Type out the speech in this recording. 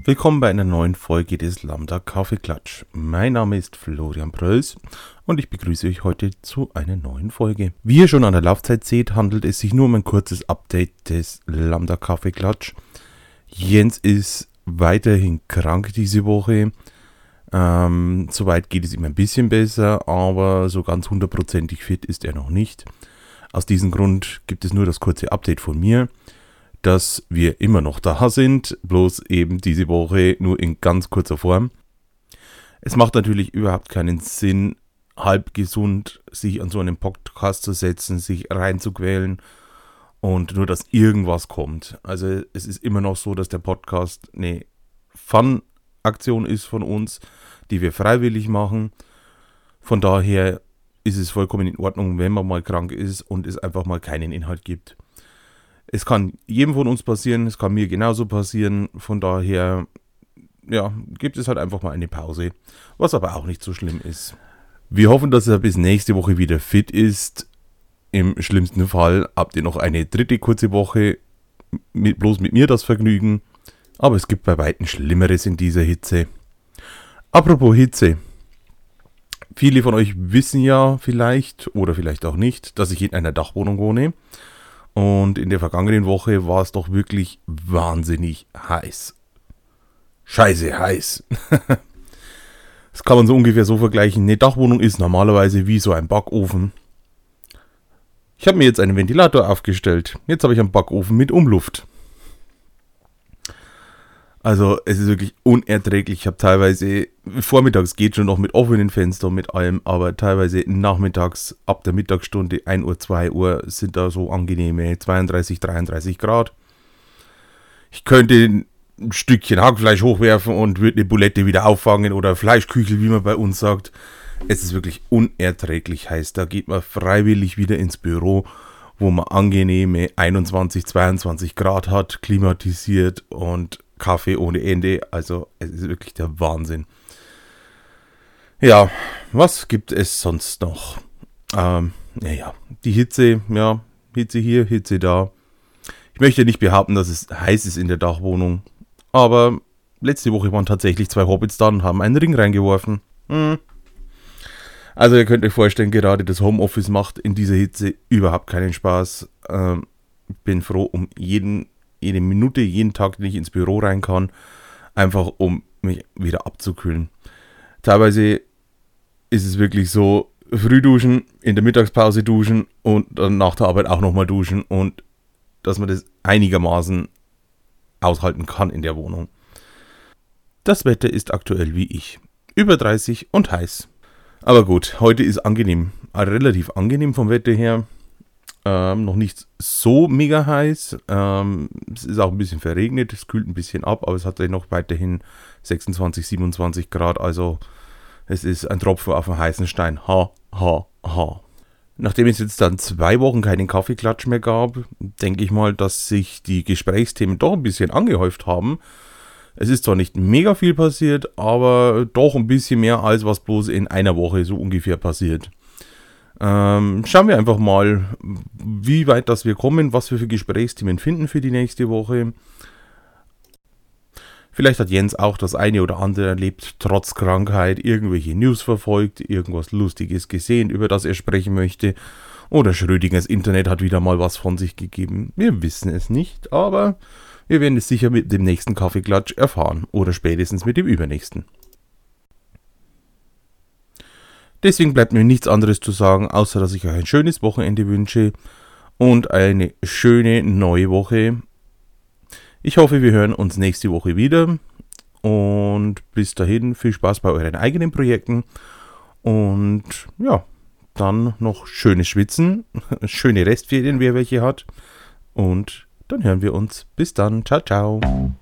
Willkommen bei einer neuen Folge des Lambda Kaffeeklatsch. Mein Name ist Florian Pröls und ich begrüße euch heute zu einer neuen Folge. Wie ihr schon an der Laufzeit seht, handelt es sich nur um ein kurzes Update des Lambda Kaffeeklatsch. Jens ist weiterhin krank diese Woche. Soweit geht es ihm ein bisschen besser, aber so ganz hundertprozentig fit ist er noch nicht. Aus diesem Grund gibt es nur das kurze Update von mir, dass wir immer noch da sind, bloß eben diese Woche nur in ganz kurzer Form. Es macht natürlich überhaupt keinen Sinn, halb gesund sich an so einen Podcast zu setzen, sich reinzuquälen und nur, dass irgendwas kommt. Also es ist immer noch so, dass der Podcast eine Fun-Aktion ist von uns, die wir freiwillig machen. Von daher ist es vollkommen in Ordnung, wenn man mal krank ist und es einfach mal keinen Inhalt gibt. Es kann jedem von uns passieren, es kann mir genauso passieren, von daher gibt es halt einfach mal eine Pause, was aber auch nicht so schlimm ist. Wir hoffen, dass er bis nächste Woche wieder fit ist. Im schlimmsten Fall habt ihr noch eine dritte kurze Woche, bloß mit mir das Vergnügen, aber es gibt bei weitem Schlimmeres in dieser Hitze. Apropos Hitze. Viele von euch wissen ja vielleicht oder vielleicht auch nicht, dass ich in einer Dachwohnung wohne. Und in der vergangenen Woche war es doch wirklich wahnsinnig heiß. Scheiße heiß. Das kann man so ungefähr so vergleichen. Eine Dachwohnung ist normalerweise wie so ein Backofen. Ich habe mir jetzt einen Ventilator aufgestellt. Jetzt habe ich einen Backofen mit Umluft. Also es ist wirklich unerträglich. Ich habe teilweise, vormittags geht schon noch mit offenen Fenstern, mit allem, aber teilweise nachmittags ab der Mittagsstunde 1 Uhr, 2 Uhr sind da so angenehme 32, 33 Grad. Ich könnte ein Stückchen Hackfleisch hochwerfen und würde eine Bulette wieder auffangen oder Fleischküchel, wie man bei uns sagt. Es ist wirklich unerträglich heiß. Da geht man freiwillig wieder ins Büro, wo man angenehme 21, 22 Grad hat, klimatisiert und Kaffee ohne Ende, also es ist wirklich der Wahnsinn. Ja, was gibt es sonst noch? Die Hitze, Hitze hier, Hitze da. Ich möchte nicht behaupten, dass es heiß ist in der Dachwohnung, aber letzte Woche waren tatsächlich 2 Hobbits da und haben einen Ring reingeworfen. Also ihr könnt euch vorstellen, gerade das Homeoffice macht in dieser Hitze überhaupt keinen Spaß. Ich bin froh um jede Minute, jeden Tag, den ich ins Büro rein kann, einfach um mich wieder abzukühlen. Teilweise ist es wirklich so, früh duschen, in der Mittagspause duschen und dann nach der Arbeit auch nochmal duschen und dass man das einigermaßen aushalten kann in der Wohnung. Das Wetter ist aktuell wie ich. Über 30 und heiß. Aber gut, heute ist angenehm, relativ angenehm vom Wetter her. Noch nicht so mega heiß. Es ist auch ein bisschen verregnet, es kühlt ein bisschen ab, aber es hat noch weiterhin 26, 27 Grad, also es ist ein Tropfen auf dem heißen Stein. Nachdem es jetzt dann 2 Wochen keinen Kaffeeklatsch mehr gab, denke ich mal, dass sich die Gesprächsthemen doch ein bisschen angehäuft haben. Es ist zwar nicht mega viel passiert, aber doch ein bisschen mehr, als was bloß in einer Woche so ungefähr passiert. Schauen wir einfach mal, wie weit das wir kommen, was wir für Gesprächsthemen finden für die nächste Woche. Vielleicht hat Jens auch das eine oder andere erlebt, trotz Krankheit, irgendwelche News verfolgt, irgendwas Lustiges gesehen, über das er sprechen möchte. Oder Schrödingers Internet hat wieder mal was von sich gegeben. Wir wissen es nicht, aber wir werden es sicher mit dem nächsten Kaffeeklatsch erfahren oder spätestens mit dem übernächsten. Deswegen bleibt mir nichts anderes zu sagen, außer dass ich euch ein schönes Wochenende wünsche und eine schöne neue Woche. Ich hoffe, wir hören uns nächste Woche wieder und bis dahin viel Spaß bei euren eigenen Projekten und dann noch schönes Schwitzen, schöne Restferien, wer welche hat und dann hören wir uns. Bis dann, ciao, ciao.